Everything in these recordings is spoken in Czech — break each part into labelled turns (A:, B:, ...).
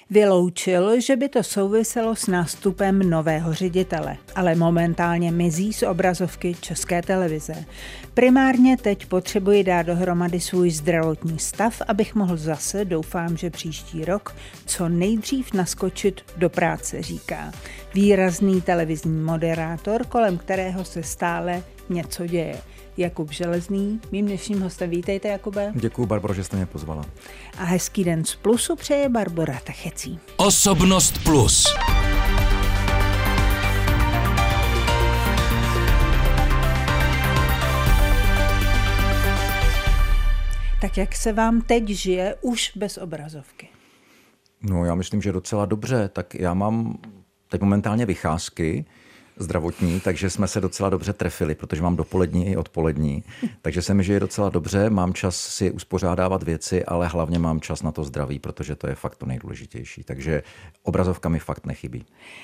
A: Vyloučil, že by to souviselo s nástupem nového ředitele, ale momentálně mizí z obrazovky České televize. Primárně teď potřebuji dát dohromady svůj zdravotní stav, abych mohl zase, doufám, že příští rok, co nejdřív naskočit do práce, říká. Výrazný televizní moderátor, kolem kterého se stále něco děje. Jakub Železný, mým dnešním hostem. Vítejte, Jakube.
B: Děkuju, Barbaro, že jste mě pozvala.
A: A hezký den z Plusu přeje Barbora Techecí.
C: Osobnost Plus.
A: Tak jak se vám teď žije už bez obrazovky?
B: No, já myslím, že docela dobře. Tak já mám teď momentálně vycházky zdravotní, takže jsme se docela dobře trefili, protože mám dopolední i odpolední. Takže se mi žije docela dobře, mám čas si uspořádávat věci, ale hlavně mám čas na to zdraví, protože to je fakt to nejdůležitější. Takže obrazovka mi fakt nechybí.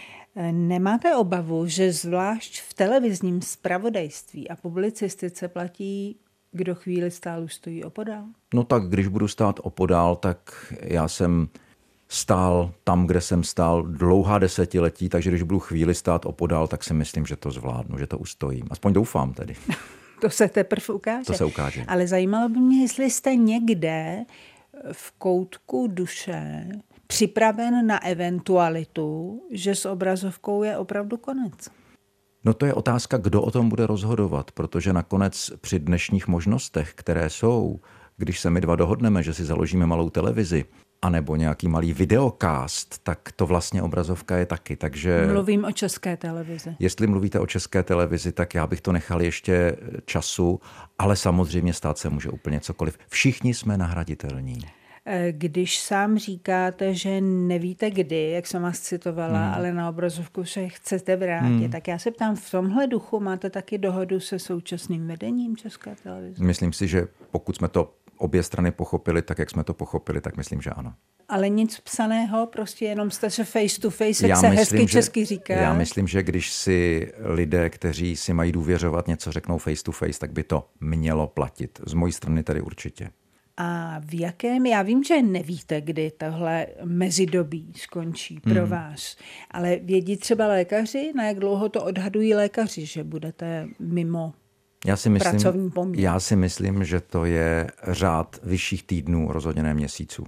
A: Nemáte obavu, že zvlášť v televizním zpravodajství a publicistice platí, kdo chvíli stál, už stojí opodál?
B: No tak když budu stát opodál, tak já jsem stál tam, kde jsem stál dlouhá desetiletí, takže když budu chvíli stát opodál, tak si myslím, že to zvládnu, že to ustojím. Aspoň doufám tedy.
A: To se teprve ukáže.
B: To se ukáže.
A: Ale zajímalo by mě, jestli jste někde v koutku duše připraven na eventualitu, že s obrazovkou je opravdu konec.
B: No to je otázka, kdo o tom bude rozhodovat, protože nakonec při dnešních možnostech, které jsou, když se my dva dohodneme, že si založíme malou televizi, anebo nějaký malý videocast, tak to vlastně obrazovka je taky. Takže
A: mluvím o České televizi.
B: Jestli mluvíte o České televizi, tak já bych to nechal ještě času, ale samozřejmě stát se může úplně cokoliv. Všichni jsme nahraditelní.
A: Když sám říkáte, že nevíte kdy, jak jsem vás citovala, ale na obrazovku se chcete vrátit, tak já se ptám, v tomhle duchu máte taky dohodu se současným vedením České televize?
B: Myslím si, že pokud jsme to obě strany pochopili tak, jak jsme to pochopili, tak myslím, že ano.
A: Ale nic psaného, prostě jenom jste se face to face, jak se hezky česky říká.
B: Já myslím, že když si lidé, kteří si mají důvěřovat, něco řeknou face to face, tak by to mělo platit. Z mojí strany tady určitě.
A: A v jakém, já vím, že nevíte, kdy tohle mezidobí skončí pro vás, ale vědí třeba lékaři, na jak dlouho to odhadují lékaři, že budete mimo pracovní poměr?
B: Já si myslím, že to je řád vyšších týdnů, rozhodně ne měsíců.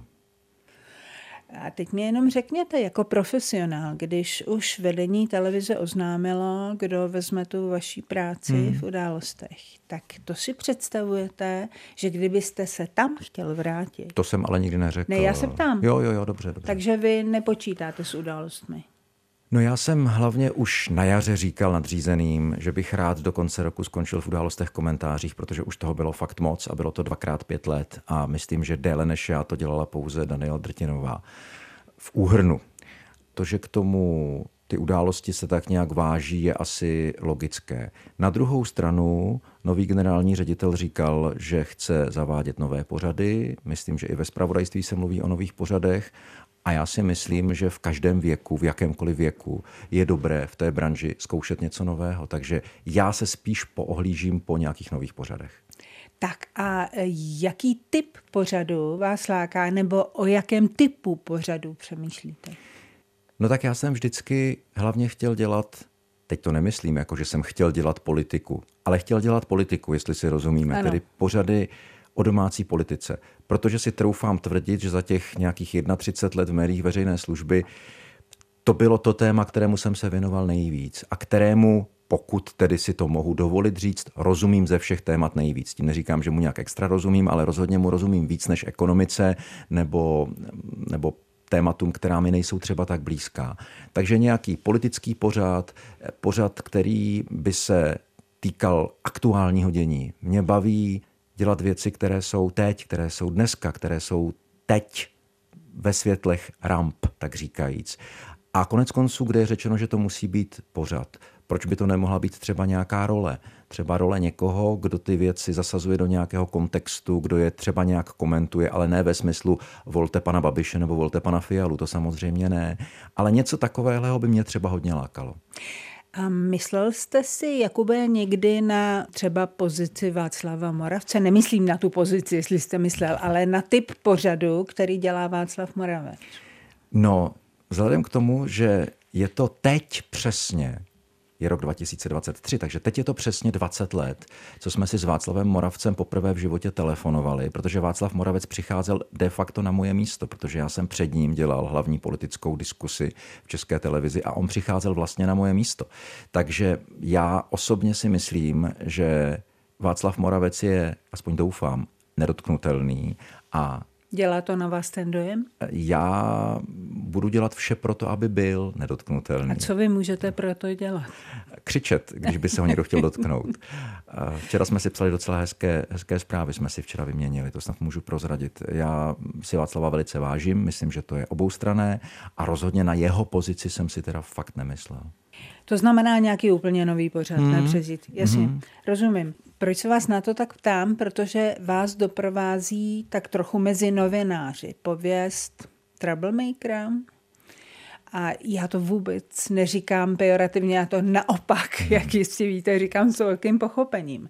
A: A teď mi jenom řekněte, jako profesionál, když už vedení televize oznámilo, kdo vezme tu vaší práci v Událostech, tak to si představujete, že kdybyste se tam chtěl vrátit?
B: To jsem ale nikdy neřekl.
A: Ne, já se ptám.
B: Jo, dobře.
A: Takže vy nepočítáte s Událostmi?
B: No já jsem hlavně už na jaře říkal nadřízeným, že bych rád do konce roku skončil v Událostech komentářích, protože už toho bylo fakt moc a bylo to 2x5 let a myslím, že déle než já to dělala pouze Daniela Drtinová v úhrnu. To, že k tomu ty události se tak nějak váží, je asi logické. Na druhou stranu nový generální ředitel říkal, že chce zavádět nové pořady. Myslím, že i ve zpravodajství se mluví o nových pořadech. A já si myslím, že v každém věku, v jakémkoliv věku, je dobré v té branži zkoušet něco nového. Takže já se spíš poohlížím po nějakých nových pořadech.
A: Tak a jaký typ pořadu vás láká, nebo o jakém typu pořadu přemýšlíte?
B: No tak já jsem vždycky hlavně chtěl dělat, teď to nemyslím, jako že jsem chtěl dělat politiku, ale chtěl dělat politiku, jestli si rozumíme,
A: ano.
B: Tedy pořady o domácí politice. Protože si troufám tvrdit, že za těch nějakých 31 let v médiích veřejné služby to bylo to téma, kterému jsem se věnoval nejvíc a kterému, pokud tedy si to mohu dovolit říct, rozumím ze všech témat nejvíc. Tím neříkám, že mu nějak extra rozumím, ale rozhodně mu rozumím víc než ekonomice nebo tématům, která mi nejsou třeba tak blízká. Takže nějaký politický pořad, který by se týkal aktuálního dění. Mě baví dělat věci, které jsou teď, které jsou dneska, které jsou teď ve světlech ramp, tak říkajíc. A konec konců, kde je řečeno, že to musí být pořad. Proč by to nemohla být třeba nějaká role? Třeba role někoho, kdo ty věci zasazuje do nějakého kontextu, kdo je třeba nějak komentuje, ale ne ve smyslu volte pana Babiše nebo volte pana Fialu, to samozřejmě ne. Ale něco takového by mě třeba hodně lákalo.
A: A myslel jste si, Jakube, někdy na třeba pozici Václava Moravce? Nemyslím na tu pozici, jestli jste myslel, ale na typ pořadu, který dělá Václav Moravec.
B: No, vzhledem k tomu, že je to teď přesně, je rok 2023, takže teď je to přesně 20 let, co jsme si s Václavem Moravcem poprvé v životě telefonovali, protože Václav Moravec přicházel de facto na moje místo, protože já jsem před ním dělal hlavní politickou diskusi v České televizi a on přicházel vlastně na moje místo. Takže já osobně si myslím, že Václav Moravec je, aspoň doufám, nedotknutelný a
A: dělá to na vás ten dojem?
B: já budu dělat vše pro to, aby byl nedotknutelný.
A: A co vy můžete pro to dělat?
B: Křičet, když by se ho někdo chtěl dotknout. Včera jsme si psali docela hezké zprávy, jsme si včera vyměnili, to snad můžu prozradit. Já si Václava velice vážím, myslím, že to je oboustranné a rozhodně na jeho pozici jsem si teda fakt nemyslel.
A: To znamená nějaký úplně nový pořad, nepřezít. Jasně, rozumím. Proč se vás na to tak ptám? Protože vás doprovází tak trochu mezi novináři pověst troublemakera. A já to vůbec neříkám pejorativně, já to naopak, jak jistě víte, říkám s velkým pochopením.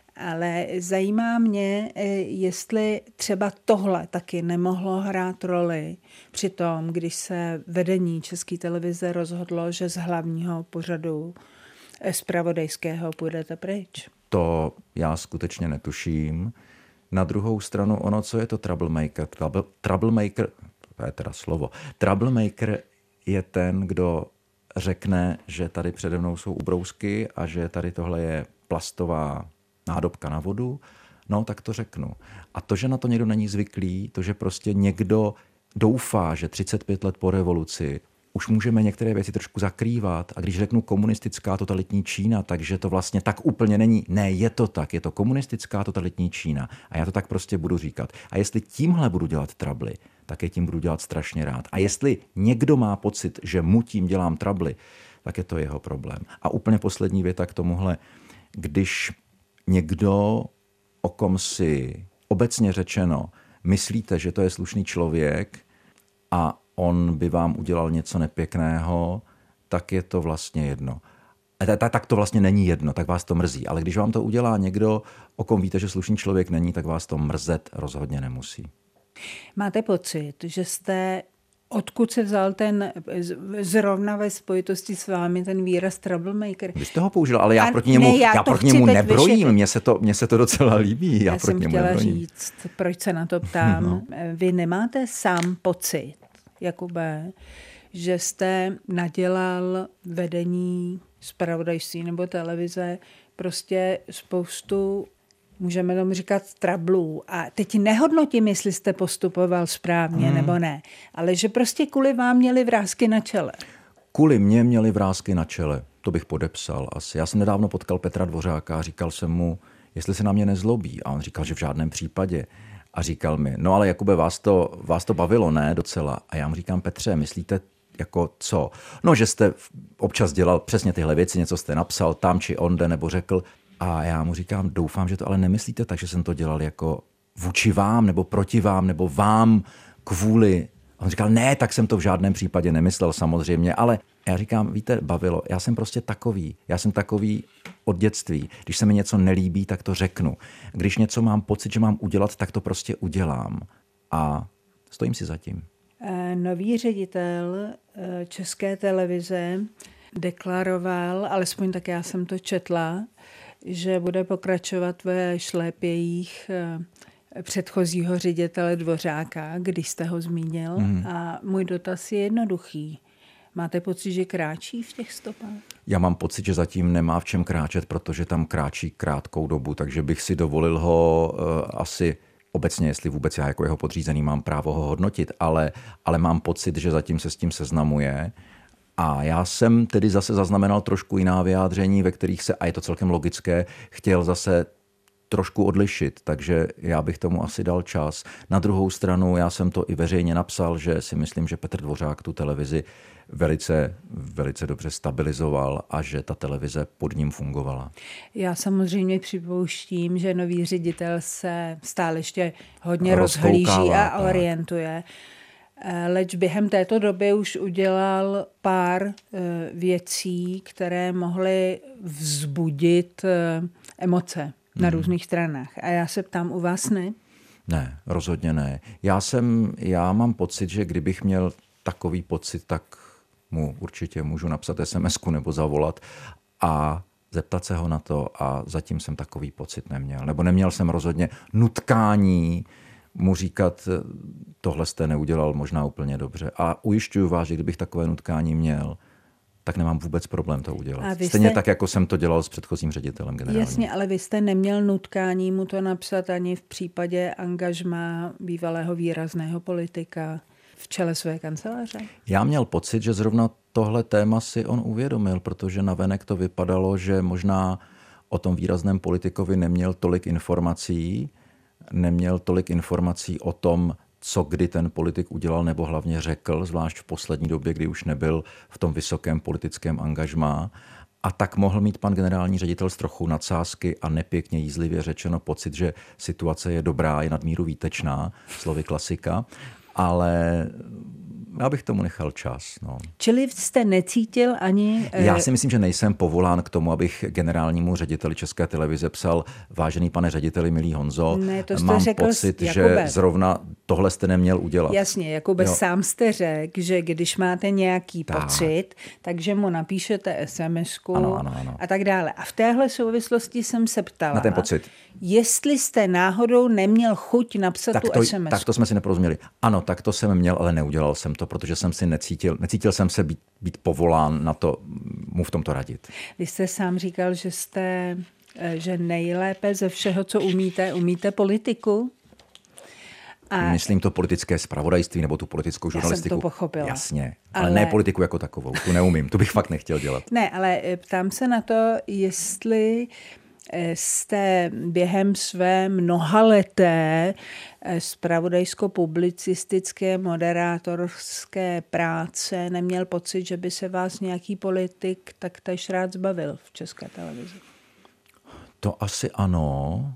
A: Ale zajímá mě, jestli třeba tohle taky nemohlo hrát roli při tom, když se vedení České televize rozhodlo, že z hlavního pořadu zpravodajského půjdete pryč.
B: To já skutečně netuším. Na druhou stranu ono, co je to troublemaker? Troublemaker, to je teda slovo. Troublemaker je ten, kdo řekne, že tady přede mnou jsou ubrousky a že tady tohle je plastová nádobka na vodu, no tak to řeknu. A to, že na to někdo není zvyklý, to, že prostě někdo doufá, že 35 let po revoluci už můžeme některé věci trošku zakrývat a když řeknu komunistická totalitní Čína, takže to vlastně tak úplně není. Ne, je to tak, je to komunistická totalitní Čína a já to tak prostě budu říkat. A jestli tímhle budu dělat trably, tak je tím budu dělat strašně rád. A jestli někdo má pocit, že mu tím dělám trably, tak je to jeho problém. A úplně poslední věta k tomuhle. Když někdo, o kom si obecně řečeno myslíte, že to je slušný člověk a on by vám udělal něco nepěkného, tak je to vlastně jedno. Tak to vlastně není jedno, tak vás to mrzí. Ale když vám to udělá někdo, o kom víte, že slušný člověk není, tak vás to mrzet rozhodně nemusí.
A: Máte pocit, že jste, odkud se vzal ten, zrovna ve spojitosti s vámi, ten výraz troublemaker?
B: Vy jste ho použil, ale já proti němu nebrojím. Mně se to docela líbí. Já
A: jsem chtěla říct, proč se na to ptám. No. Vy nemáte sám pocit, Jakube, že jste nadělal vedení zpravodajství nebo televize prostě spoustu, můžeme tomu říkat, trablů. A teď nehodnotím, jestli jste postupoval správně nebo ne, ale že prostě kvůli vám měli vrásky na čele.
B: Kvůli mě měli vrásky na čele, to bych podepsal asi. Já jsem nedávno potkal Petra Dvořáka a říkal jsem mu, jestli se na mě nezlobí. A on říkal, že v žádném případě. A říkal mi, no ale Jakube, vás to bavilo, ne, docela. A já mu říkám, Petře, myslíte jako co? No, že jste občas dělal přesně tyhle věci, něco jste napsal tam či onde, nebo řekl. A já mu říkám, doufám, že to ale nemyslíte tak, že jsem to dělal jako vůči vám, nebo proti vám, nebo vám kvůli. A on říkal, ne, tak jsem to v žádném případě nemyslel samozřejmě, ale já říkám, víte, bavilo, já jsem prostě takový. Já jsem takový od dětství. Když se mi něco nelíbí, tak to řeknu. Když něco mám pocit, že mám udělat, tak to prostě udělám. A stojím si za tím.
A: Nový ředitel České televize deklaroval, alespoň tak já jsem to četla, že bude pokračovat ve šlépějích předchozího ředitele Dvořáka, když jste ho zmínil. A můj dotaz je jednoduchý. Máte pocit, že kráčí v těch stopách?
B: Já mám pocit, že zatím nemá v čem kráčet, protože tam kráčí krátkou dobu, takže bych si dovolil ho asi obecně, jestli vůbec já jako jeho podřízený mám právo ho hodnotit, ale mám pocit, že zatím se s tím seznamuje. A já jsem tedy zase zaznamenal trošku jiná vyjádření, ve kterých se, a je to celkem logické, chtěl zase trošku odlišit, takže já bych tomu asi dal čas. Na druhou stranu, já jsem to i veřejně napsal, že si myslím, že Petr Dvořák tu televizi velice, velice dobře stabilizoval a že ta televize pod ním fungovala.
A: Já samozřejmě připouštím, že nový ředitel se stále ještě hodně rozhlíží a orientuje. Leč během této doby už udělal pár věcí, které mohly vzbudit emoce na různých stranách. A já se ptám, u vás ne?
B: Ne, rozhodně ne. Já mám pocit, že kdybych měl takový pocit, tak mu určitě můžu napsat SMS-ku nebo zavolat a zeptat se ho na to a zatím jsem takový pocit neměl. Nebo neměl jsem rozhodně nutkání mu říkat, tohle jste neudělal možná úplně dobře. A ujišťuju vás, že kdybych takové nutkání měl, tak nemám vůbec problém to udělat. Stejně tak, jako jsem to dělal s předchozím ředitelem generálním.
A: Jasně, ale vy jste neměl nutkání mu to napsat ani v případě angažmá bývalého výrazného politika v čele své kanceláře?
B: Já měl pocit, že zrovna tohle téma si on uvědomil, protože navenek to vypadalo, že možná o tom výrazném politikovi neměl tolik informací o tom, co kdy ten politik udělal nebo hlavně řekl, zvlášť v poslední době, kdy už nebyl v tom vysokém politickém angažmá. A tak mohl mít pan generální ředitel z trochu nadsázky a nepěkně jízlivě řečeno pocit, že situace je dobrá, je nadmíru výtečná, slovy klasika, ale já bych tomu nechal čas. No.
A: Čili jste necítil ani...
B: Já si myslím, že nejsem povolán k tomu, abych generálnímu řediteli České televize psal: vážený pane řediteli, milý Honzo, mám pocit, že zrovna tohle jste neměl udělat.
A: Jasně, Jakube, sám jste řekl, že když máte nějaký pocit, takže mu napíšete SMS-ku a tak dále. A v téhle souvislosti jsem se ptala,
B: na ten pocit,
A: jestli jste náhodou neměl chuť napsat tu SMS-ku.
B: Tak to jsme si neporozuměli. Ano, tak to jsem měl, ale neudělal jsem to, protože jsem si necítil jsem se být povolán na to mu v tomto radit.
A: Vy jste sám říkal, že nejlépe ze všeho, co umíte politiku.
B: A myslím to politické zpravodajství nebo tu politickou žurnalistiku.
A: Já jsem to pochopila.
B: Jasně, ale ne politiku jako takovou. Tu neumím, tu bych fakt nechtěl dělat.
A: Ne, ale ptám se na to, jestli jste během své mnohaleté zpravodajsko-publicistické moderátorské práce neměl pocit, že by se vás nějaký politik taktéž rád zbavil v České televizi?
B: To asi ano.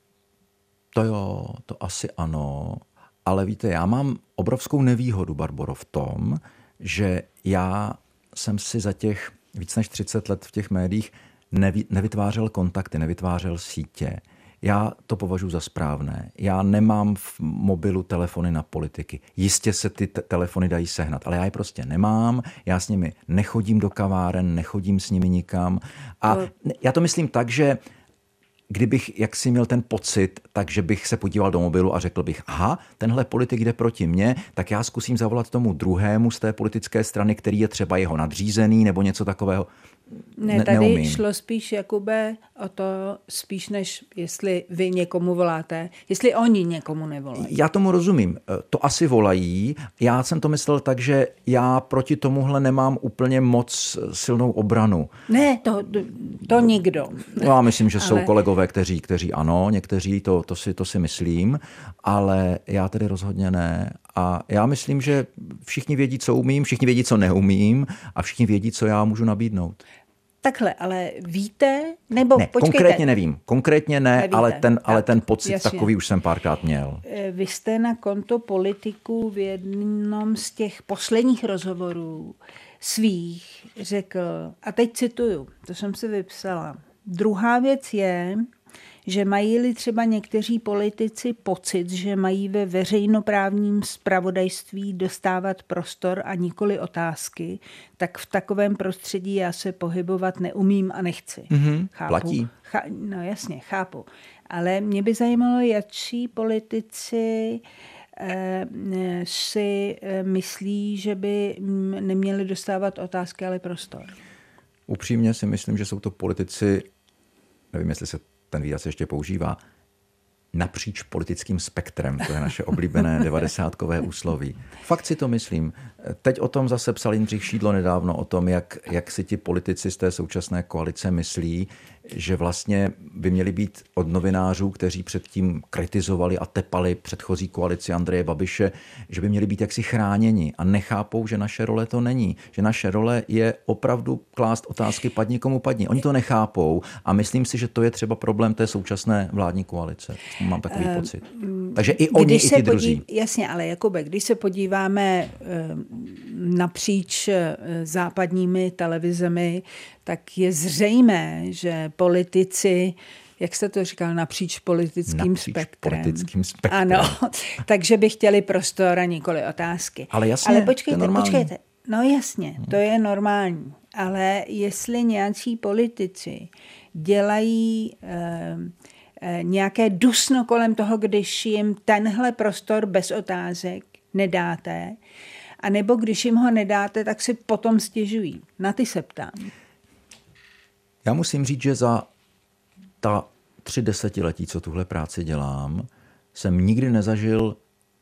B: To asi ano. Ale víte, já mám obrovskou nevýhodu, Barboro, v tom, že já jsem si za těch víc než 30 let v těch médiích nevytvářel kontakty, nevytvářel sítě. Já to považuji za správné. Já nemám v mobilu telefony na politiky. Jistě se ty telefony dají sehnat, ale já je prostě nemám. Já s nimi nechodím do kaváren, nechodím s nimi nikam. A já to myslím tak, že kdybych jaksi měl ten pocit, takže bych se podíval do mobilu a řekl bych, aha, tenhle politik jde proti mně, tak já zkusím zavolat tomu druhému z té politické strany, který je třeba jeho nadřízený nebo něco takového.
A: Ne, tady neumím. Šlo spíš, Jakube, o to spíš, než jestli vy někomu voláte, jestli oni někomu nevolají.
B: Já tomu rozumím. To asi volají. Já jsem to myslel tak, že já proti tomuhle nemám úplně moc silnou obranu.
A: Ne, to nikdo.
B: Já myslím, že jsou kolegové, kteří ano, někteří to si myslím, ale já tedy rozhodně ne. A já myslím, že všichni vědí, co umím, všichni vědí, co neumím a všichni vědí, co já můžu nabídnout.
A: Takhle, ale víte? Nebo
B: ne,
A: počkejte.
B: Konkrétně nevím. Konkrétně ne, ale ten pocit jasně. Takový už jsem párkrát měl.
A: Vy jste na konto politiků v jednom z těch posledních rozhovorů svých řekl, a teď cituju, to jsem si vypsala. Druhá věc je, že mají-li třeba někteří politici pocit, že mají ve veřejnoprávním zpravodajství dostávat prostor a nikoli otázky, tak v takovém prostředí já se pohybovat neumím a nechci.
B: Chápu. Platí.
A: No jasně, chápu. Ale mě by zajímalo, jakší politici si myslí, že by neměli dostávat otázky, ale prostor.
B: Upřímně si myslím, že jsou to politici, nevím, jestli se ten výraz ještě používá, napříč politickým spektrem. To je naše oblíbené 90kové úsloví. Fakt si to myslím. Teď o tom zase psal Jindřich Šídlo nedávno, o tom, jak si ti politici z té současné koalice myslí, že vlastně by měli být od novinářů, kteří předtím kritizovali a tepali předchozí koalici Andreje Babiše, že by měli být jaksi chráněni a nechápou, že naše role to není. Že naše role je opravdu klást otázky padni komu padni. Oni to nechápou a myslím si, že to je třeba problém té současné vládní koalice. Mám takový pocit. Takže i oni, i ti druzí.
A: Jasně, ale Jakube, když se podíváme napříč západními televizemi, tak je zřejmé, že politici jak jste to říkal, napříč politickým spektrem. Ano, takže by chtěli prostor a nikoli otázky.
B: Ale jasně,
A: počkejte. No jasně, to je normální. Ale jestli nějací politici dělají nějaké dusno kolem toho, když jim tenhle prostor bez otázek nedáte, anebo když jim ho nedáte, tak si potom stěžují. Na ty se ptám.
B: Já musím říct, že za ta 3 desetiletí, co tuhle práci dělám, jsem nikdy nezažil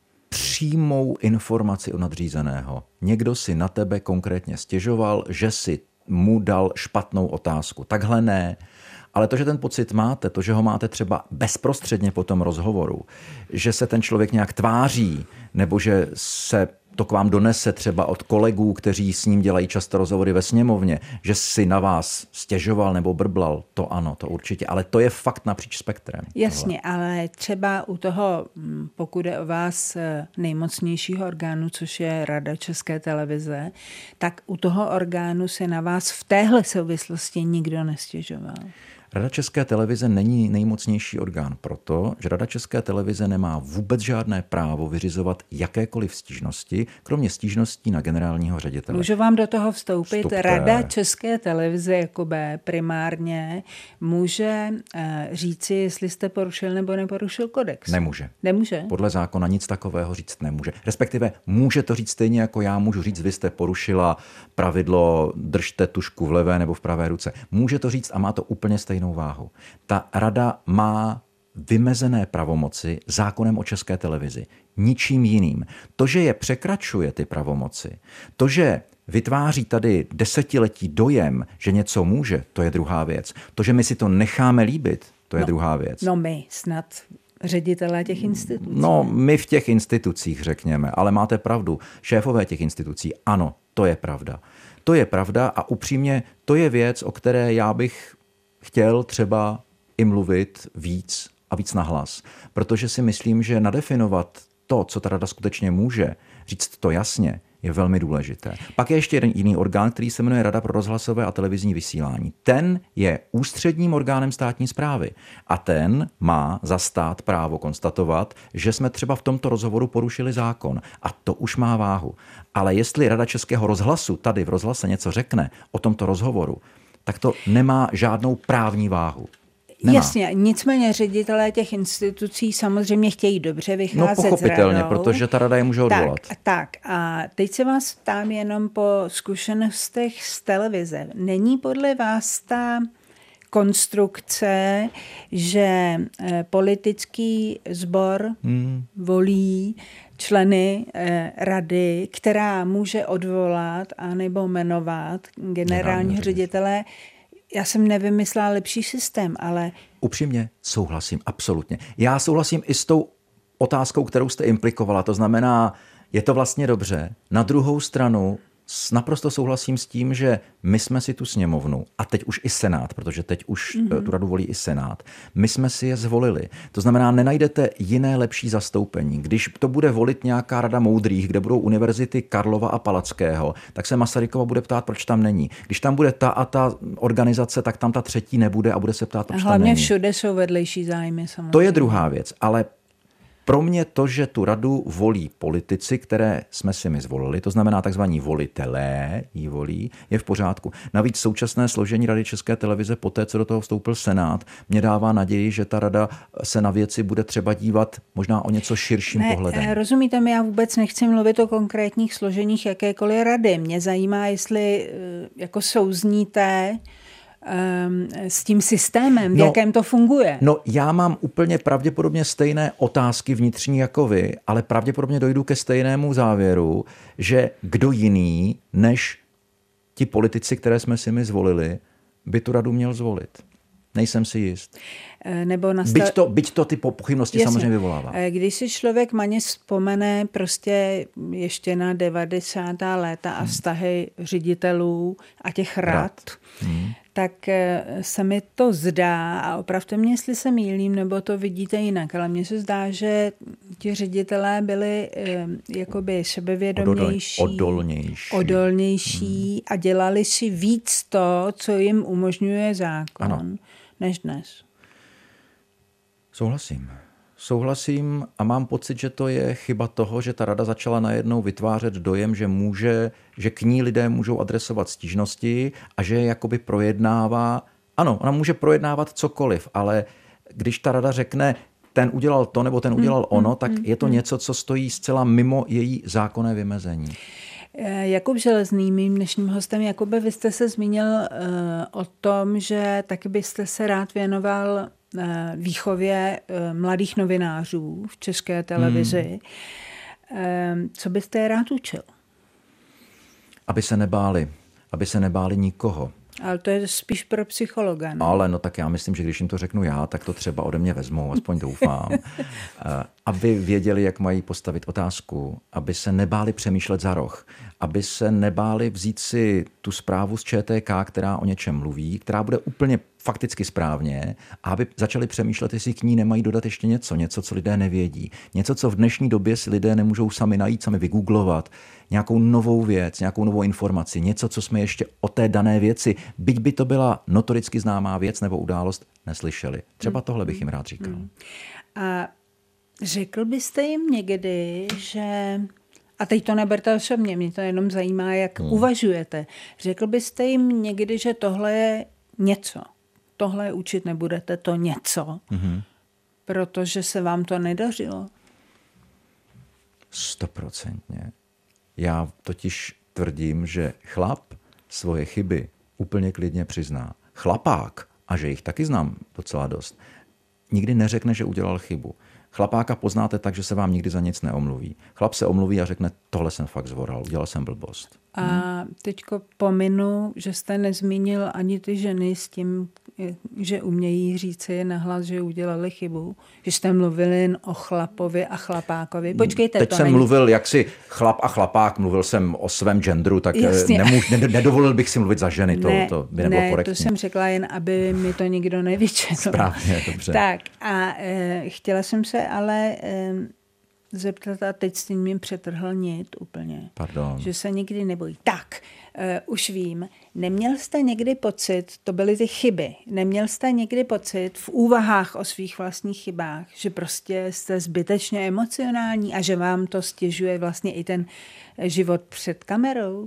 B: přímou informaci od nadřízeného. Někdo si na tebe konkrétně stěžoval, že si mu dal špatnou otázku. Takhle ne. Ale to, že ten pocit máte, to, že ho máte třeba bezprostředně po tom rozhovoru, že se ten člověk nějak tváří, nebo že se to k vám donese třeba od kolegů, kteří s ním dělají často rozhovory ve sněmovně, že si na vás stěžoval nebo brblal, to ano, to určitě. Ale to je fakt napříč spektrem.
A: Jasně, ale třeba u toho, pokud je o vás nejmocnějšího orgánu, což je Rada České televize, tak u toho orgánu se na vás v téhle souvislosti nikdo nestěžoval.
B: Rada České televize není nejmocnější orgán proto, že Rada České televize nemá vůbec žádné právo vyřizovat jakékoliv stížnosti, kromě stížností na generálního ředitele.
A: Můžu vám do toho vstoupit?
B: Vstupte.
A: Rada České televize jakoby primárně může říci, jestli jste porušil nebo neporušil kodex.
B: Nemůže.
A: Nemůže?
B: Podle zákona nic takového říct nemůže. Respektive může to říct stejně jako já můžu říct, vy jste porušila pravidlo držte tužku v levé nebo v pravé ruce. Může to říct a má to úplně stejnou váhu. Ta rada má vymezené pravomoci zákonem o České televizi. Ničím jiným. To, že je překračuje ty pravomoci, to, že vytváří tady desetiletí dojem, že něco může, to je druhá věc. To, že my si to necháme líbit, to je druhá věc.
A: No my snad ředitelé těch institucí.
B: No my v těch institucích řekněme, ale máte pravdu. Šéfové těch institucí, ano, to je pravda. To je pravda a upřímně to je věc, o které já bych chtěl třeba i mluvit víc a víc nahlas. Protože si myslím, že nadefinovat to, co ta rada skutečně může, říct to jasně, je velmi důležité. Pak je ještě jeden jiný orgán, který se jmenuje Rada pro rozhlasové a televizní vysílání. Ten je ústředním orgánem státní správy a ten má za stát právo konstatovat, že jsme třeba v tomto rozhovoru porušili zákon a to už má váhu. Ale jestli Rada Českého rozhlasu tady v rozhlase něco řekne o tomto rozhovoru, tak to nemá žádnou právní váhu. Nemá.
A: Jasně, nicméně ředitelé těch institucí samozřejmě chtějí dobře vycházet
B: z radou. No pochopitelně, protože ta rada je může odvolat.
A: Tak a teď se vás ptám jenom po zkušenostech z televize. Není podle vás ta konstrukce, že politický sbor volí členy rady, která může odvolat anebo jmenovat generálního ředitele. Já jsem nevymyslela lepší systém, ale...
B: Upřímně souhlasím, absolutně. Já souhlasím i s tou otázkou, kterou jste implikovala. To znamená, je to vlastně dobře. Na druhou stranu naprosto souhlasím s tím, že my jsme si tu sněmovnu, a teď už i senát, protože teď už tu radu volí i senát, my jsme si je zvolili. To znamená, nenajdete jiné lepší zastoupení. Když to bude volit nějaká rada moudrých, kde budou univerzity Karlova a Palackého, tak se Masarykova bude ptát, proč tam není. Když tam bude ta a ta organizace, tak tam ta třetí nebude a bude se ptát, proč tam není.
A: Hlavně všude jsou vedlejší zájmy samozřejmě.
B: To je druhá věc, ale pro mě to, že tu radu volí politici, které jsme si my zvolili, to znamená takzvaní volitelé ji volí, je v pořádku. Navíc současné složení Rady České televize poté, co do toho vstoupil Senát, mě dává naději, že ta rada se na věci bude třeba dívat možná o něco širším pohledem.
A: Rozumíte mi, já vůbec nechci mluvit o konkrétních složeních jakékoliv rady. Mě zajímá, jestli jako souzníte s tím systémem, v jakém to funguje.
B: No já mám úplně pravděpodobně stejné otázky vnitřní jako vy, ale pravděpodobně dojdu ke stejnému závěru, že kdo jiný než ti politici, které jsme si my zvolili, by tu radu měl zvolit. Nejsem si jist.
A: Nebo
B: byť to ty pochybnosti samozřejmě vyvolává.
A: Když si člověk maně vzpomene prostě ještě na 90. léta a vztahy ředitelů a těch rad, tak se mi to zdá, a opravdu mě, jestli se mýlím, nebo to vidíte jinak, ale mně se zdá, že ti ředitelé byli jakoby sebevědomější, odolnější a dělali si víc to, co jim umožňuje zákon, než dnes.
B: Souhlasím a mám pocit, že to je chyba toho, že ta rada začala najednou vytvářet dojem, že k ní lidé můžou adresovat stížnosti a že je jakoby projednává. Ano, ona může projednávat cokoliv, ale když ta rada řekne, ten udělal to nebo ten udělal ono, tak je to něco, co stojí zcela mimo její zákonné vymezení.
A: Jakub Železný, mým dnešním hostem. Jakube, vy jste se zmínil o tom, že taky byste se rád věnoval výchově mladých novinářů v České televizi. Co byste je rád učil?
B: Aby se nebáli nikoho.
A: Ale to je spíš pro psychologa, ne?
B: Ale no tak já myslím, že když jim to řeknu já, tak to třeba ode mě vezmou, aspoň doufám. Aby věděli, jak mají postavit otázku, aby se nebáli přemýšlet za roh, aby se nebáli vzít si tu zprávu z ČTK, která o něčem mluví, která bude úplně fakticky správně, a aby začali přemýšlet, jestli k ní nemají dodat ještě něco, co lidé nevědí. Něco, co v dnešní době si lidé nemůžou sami najít, sami vygooglovat. Nějakou novou věc, nějakou novou informaci, něco, co jsme ještě o té dané věci, byť by to byla notoricky známá věc nebo událost, neslyšeli. Třeba tohle bych jim rád říkal.
A: A řekl byste jim někdy, že... A teď to neberte osobně, mě to jenom zajímá, jak uvažujete. Řekl byste jim někdy, že tohle je něco. Tohle učit nebudete, to něco. Protože se vám to nedařilo.
B: 100%. Já totiž tvrdím, že chlap svoje chyby úplně klidně přizná. Chlapák, a že jich taky znám docela dost, nikdy neřekne, že udělal chybu. Chlapáka poznáte tak, že se vám nikdy za nic neomluví. Chlap se omluví a řekne, tohle jsem fakt zvoral, udělal jsem blbost.
A: A teďko pominu, že jste nezmínil ani ty ženy s tím, že umějí říci nahlas, že udělali chybu. Že jste mluvili jen o chlapovi a chlapákovi. Počkejte,
B: teď
A: to
B: jsem
A: není...
B: mluvil jaksi chlap a chlapák, mluvil jsem o svém genderu, tak nedovolil bych si mluvit za ženy, to by nebylo korektní.
A: To jsem řekla jen, aby mi to nikdo nevyčetl.
B: Správně, dobře.
A: Tak a chtěla jsem se ale zeptat, a teď s tím mě přetrhl nit úplně.
B: Pardon.
A: Že se nikdy nebojí. Tak, už vím. Neměl jste někdy pocit, to byly ty chyby, neměl jste někdy pocit v úvahách o svých vlastních chybách, že prostě jste zbytečně emocionální a že vám to stěžuje vlastně i ten život před kamerou?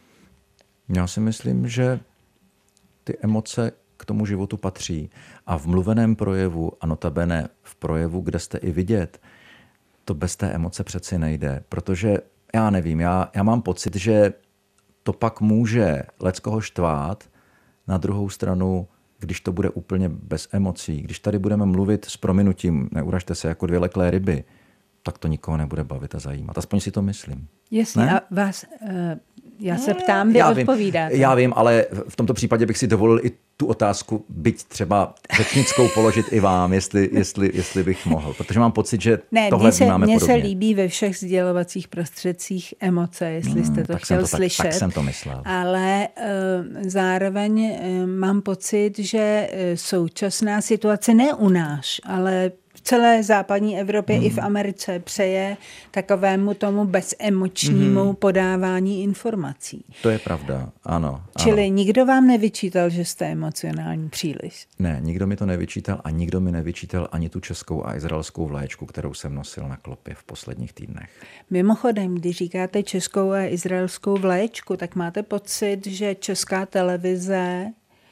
B: Já si myslím, že ty emoce k tomu životu patří. A v mluveném projevu, a notabene v projevu, kde jste i vidět, to bez té emoce přeci nejde. Protože já nevím, já mám pocit, že to pak může leckoho štvát, na druhou stranu, když to bude úplně bez emocí, když tady budeme mluvit s prominutím, neuražte se jako dvě leklé ryby, tak to nikoho nebude bavit a zajímat. Aspoň si to myslím.
A: Jasně, ne? A vás... Já se ptám, vy odpovídáte.
B: Já vím, ale v tomto případě bych si dovolil i tu otázku, byť třeba řečnickou, položit i vám, jestli bych mohl. Protože mám pocit, že tohle vnímáme podobně.
A: Mně se líbí ve všech sdělovacích prostředcích emoce, jestli jste to chtěl slyšet.
B: Tak jsem to myslel.
A: Ale zároveň mám pocit, že současná situace ne u nás, ale v celé západní Evropě i v Americe přeje takovému tomu bezemočnímu podávání informací.
B: To je pravda, ano.
A: Čili nikdo vám nevyčítal, že jste emocionální příliš?
B: Ne, nikdo mi to nevyčítal a nikdo mi nevyčítal ani tu českou a izraelskou vlaječku, kterou jsem nosil na klopě v posledních týdnech.
A: Mimochodem, když říkáte českou a izraelskou vlaječku, tak máte pocit, že česká televize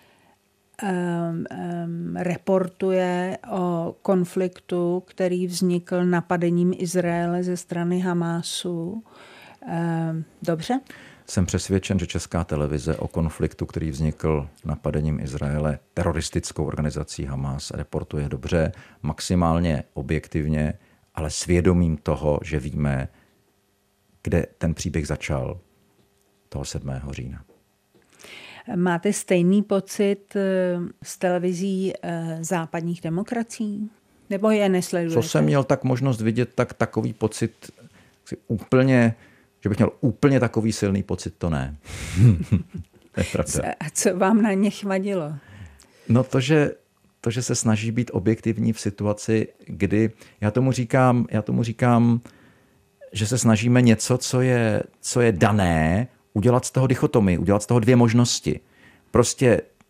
A: reportuje o konfliktu, který vznikl napadením Izraele ze strany Hamásu. Dobře?
B: Jsem přesvědčen, že česká televize o konfliktu, který vznikl napadením Izraele teroristickou organizací Hamás, reportuje dobře, maximálně objektivně, ale svědomím toho, že víme, kde ten příběh začal toho 7. října.
A: Máte stejný pocit s televizí západních demokracií? Nebo je nesledujete?
B: Co jsem měl tak možnost vidět, tak takový pocit úplně, že bych měl úplně takový silný pocit, to ne. To je pravda.
A: A co vám na nich vadilo?
B: No to, že se snaží být objektivní v situaci, kdy já tomu říkám, že se snažíme něco, co je dané, udělat z toho dichotomii, udělat z toho dvě možnosti. Prostě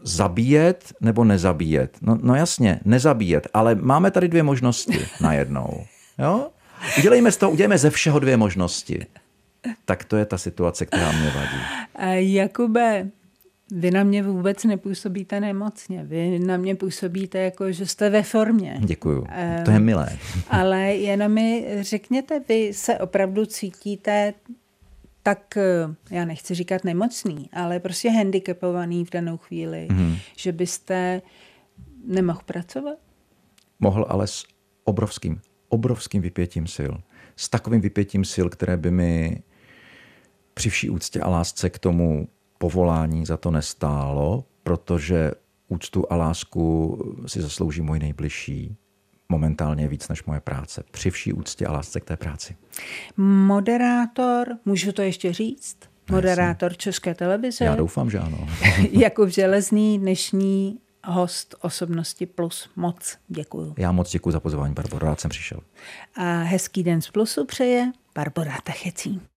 B: zabíjet nebo nezabíjet? No jasně, nezabíjet, ale máme tady dvě možnosti najednou. Jo? Udělejme ze všeho dvě možnosti. Tak to je ta situace, která mě vadí.
A: Jakube, vy na mě vůbec nepůsobíte nemocně. Vy na mě působíte jako, že jste ve formě.
B: Děkuju, to je milé.
A: Ale jenom mi řekněte, vy se opravdu cítíte tak, já nechci říkat nemocný, ale prostě handicapovaný v danou chvíli, že byste nemohl pracovat?
B: Mohl, ale s obrovským vypětím sil. S takovým vypětím sil, které by mi při vší úctě a lásce k tomu povolání za to nestálo, protože úctu a lásku si zaslouží můj nejbližší, momentálně víc než moje práce. Při vší úctě a lásce k té práci.
A: Moderátor, můžu to ještě říct? Moderátor České televize?
B: Já doufám, že ano.
A: Jakub Železný, dnešní host Osobnosti Plus. Moc děkuju.
B: Já moc děkuju za pozvání, Barboro, rád jsem přišel.
A: A hezký den z Plusu přeje Barbora Tachecí.